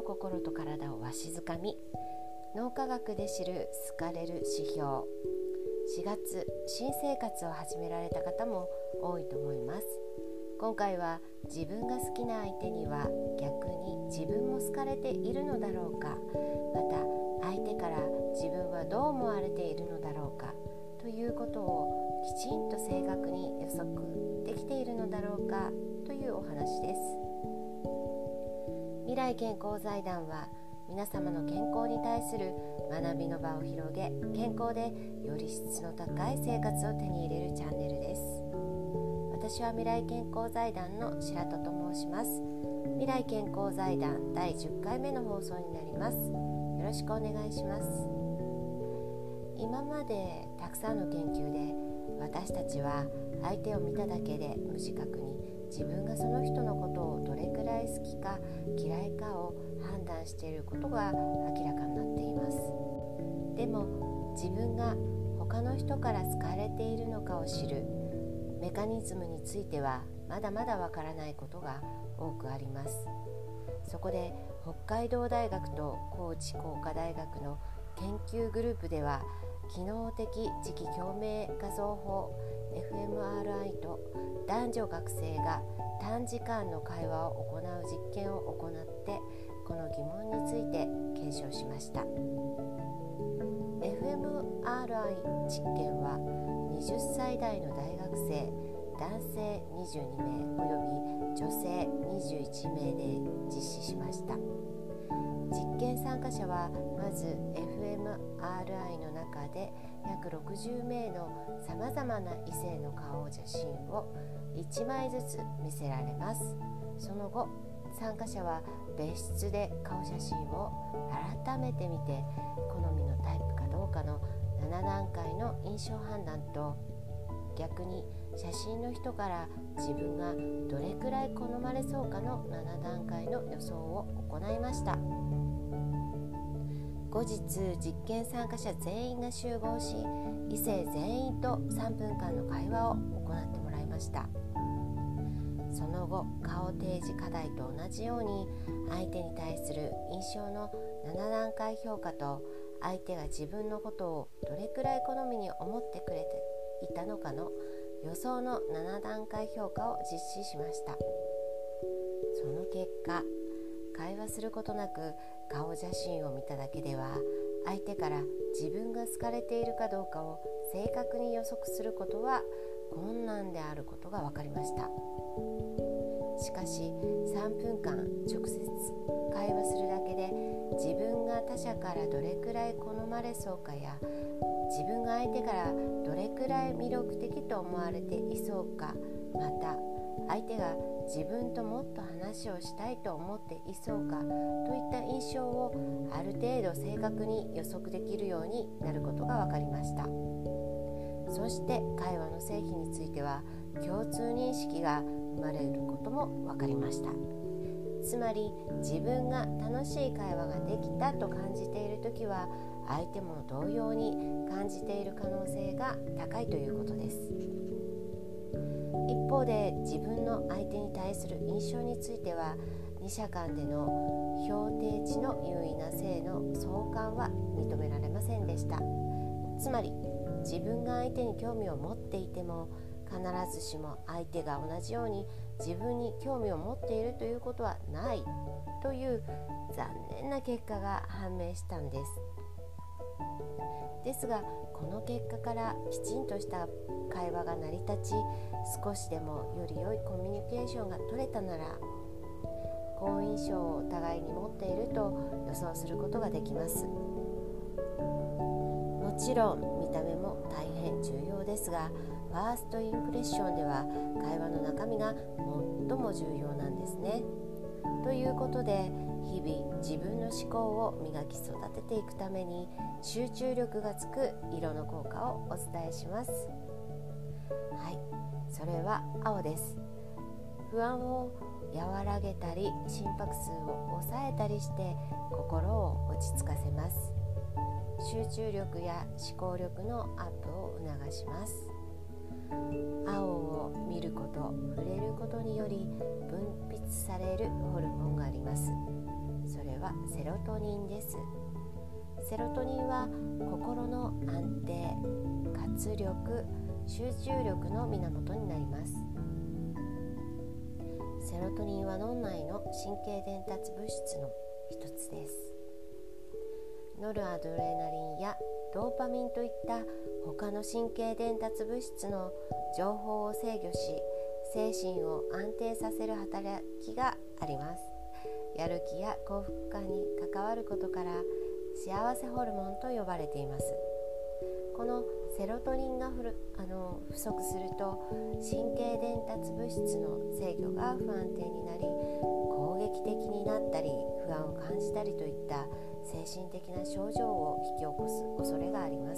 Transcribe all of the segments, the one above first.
心と体をわしづかみ、脳科学で知る好かれる指標。4月、新生活を始められた方も多いと思います。今回は自分が好きな相手には逆に自分も好かれているのだろうか、また相手から自分はどう思われているのだろうかということをきちんと正確に予測できているのだろうかというお話です。未来健康財団は皆様の健康に対する学びの場を広げ、健康でより質の高い生活を手に入れるチャンネルです。私は未来健康財団の白戸と申します。未来健康財団第10回目の放送になります。よろしくお願いします。今までたくさんの研究で私たちは相手を見ただけで無自覚に自分がその人のことをどれくらい好きか嫌いかを判断していることが明らかになっています。でも自分が他の人から好かれているのかを知るメカニズムについてはまだまだわからないことが多くあります。そこで北海道大学と高知工科大学の研究グループでは、機能的磁気共鳴画像法 fMRI と男女学生が短時間の会話を行う実験を行って、この疑問について検証しました。 fMRI 実験は20歳代の大学生男性22名および女性21名で実施しました。実験参加者はまず fMRI の中で約60名のさまざまな異性の顔写真を1枚ずつ見せられます。その後、参加者は別室で顔写真を改めて見て、好みのタイプかどうかの7段階の印象判断と、逆に写真の人から自分がどれくらい好まれそうかの7段階の予想を行いました。後日、実験参加者全員が集合し、異性全員と3分間の会話を行ってもらいました。その後、顔提示課題と同じように相手に対する印象の7段階評価と、相手が自分のことをどれくらい好みに思ってくれていたのかの予想の7段階評価を実施しました。その結果、会話することなく顔写真を見ただけでは相手から自分が好かれているかどうかを正確に予測することは困難であることが分かりました。しかし3分間直接会話するだけで、自分が他者からどれくらい好まれそうかや、自分が相手からどれくらい魅力的と思われていそうか、また相手が自分ともっと話をしたいと思っていそうかといった印象をある程度正確に予測できるようになることが分かりました。そして会話の成否については共通認識が生まれることも分かりました。つまり自分が楽しい会話ができたと感じているときは、相手も同様に感じている可能性が高いということです。一方で自分の相手に対する印象については、二者間での評定値の優位な性の相関は認められませんでした。つまり自分が相手に興味を持っていても、必ずしも相手が同じように自分に興味を持っているということはないという残念な結果が判明したんです。ですが、この結果からきちんとした会話が成り立ち、少しでもより良いコミュニケーションが取れたなら、好印象をお互いに持っていると予想することができます。もちろん見た目も大変重要ですが、ファーストインプレッションでは会話の中身が最も重要なんですね。ということで、日々自分の思考を磨き育てていくために集中力がつく色の効果をお伝えします。はい、それは青です。不安を和らげたり、心拍数を抑えたりして心を落ち着かせます。集中力や思考力のアップを促します。青を見ること、触れることにより分泌されるホルモンがあります。 それはセロトニンです。セロトニンは心の安定、活力、集中力の源になります。セロトニンは脳内の神経伝達物質の一つです。ノルアドレナリンやドーパミンといった他の神経伝達物質の情報を制御し、精神を安定させる働きがあります。やる気や幸福感に関わることから幸せホルモンと呼ばれています。このセロトニンが不足すると神経伝達物質の制御が不安定になり、攻撃的になったり不安を感じたりといった精神的な症状を引き起こす恐れがあります。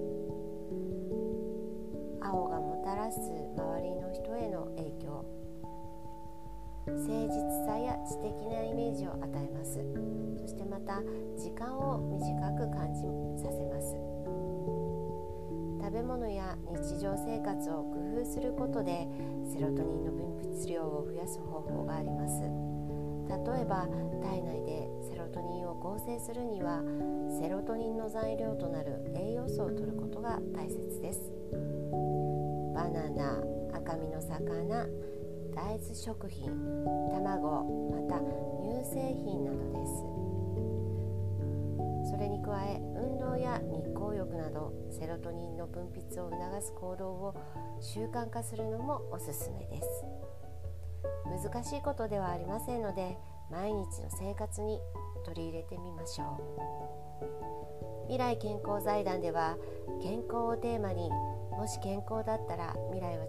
青がもたらす周りの人への影響、誠実さや知的なイメージを与えます。そしてまた時間を短く感じさせます。食べ物や日常生活を工夫することでセロトニンの分泌量を増やす方法があります。例えば体内でセロトニンを合成するにはセロトニンの材料となる栄養素を摂ることが大切です。バナナ、赤身の魚、大豆食品、卵、また乳製品などです。それに加え運動や日光浴などセロトニンの分泌を促す行動を習慣化するのもおすすめです。難しいことではありませんので毎日の生活に取り入れてみましょう。未来健康財団では健康をテーマに、もし健康だったら未来は違った？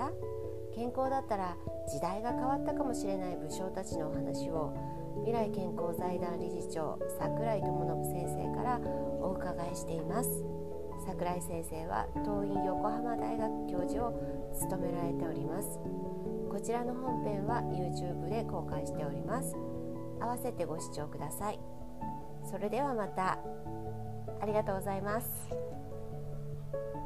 健康だったら時代が変わったかもしれない武将たちのお話を未来健康財団理事長櫻井智信先生からお伺いしています。櫻井先生は桐蔭横浜大学教授を務められております。こちらの本編は YouTube で公開しております。合わせてご視聴ください。それではまた。ありがとうございます。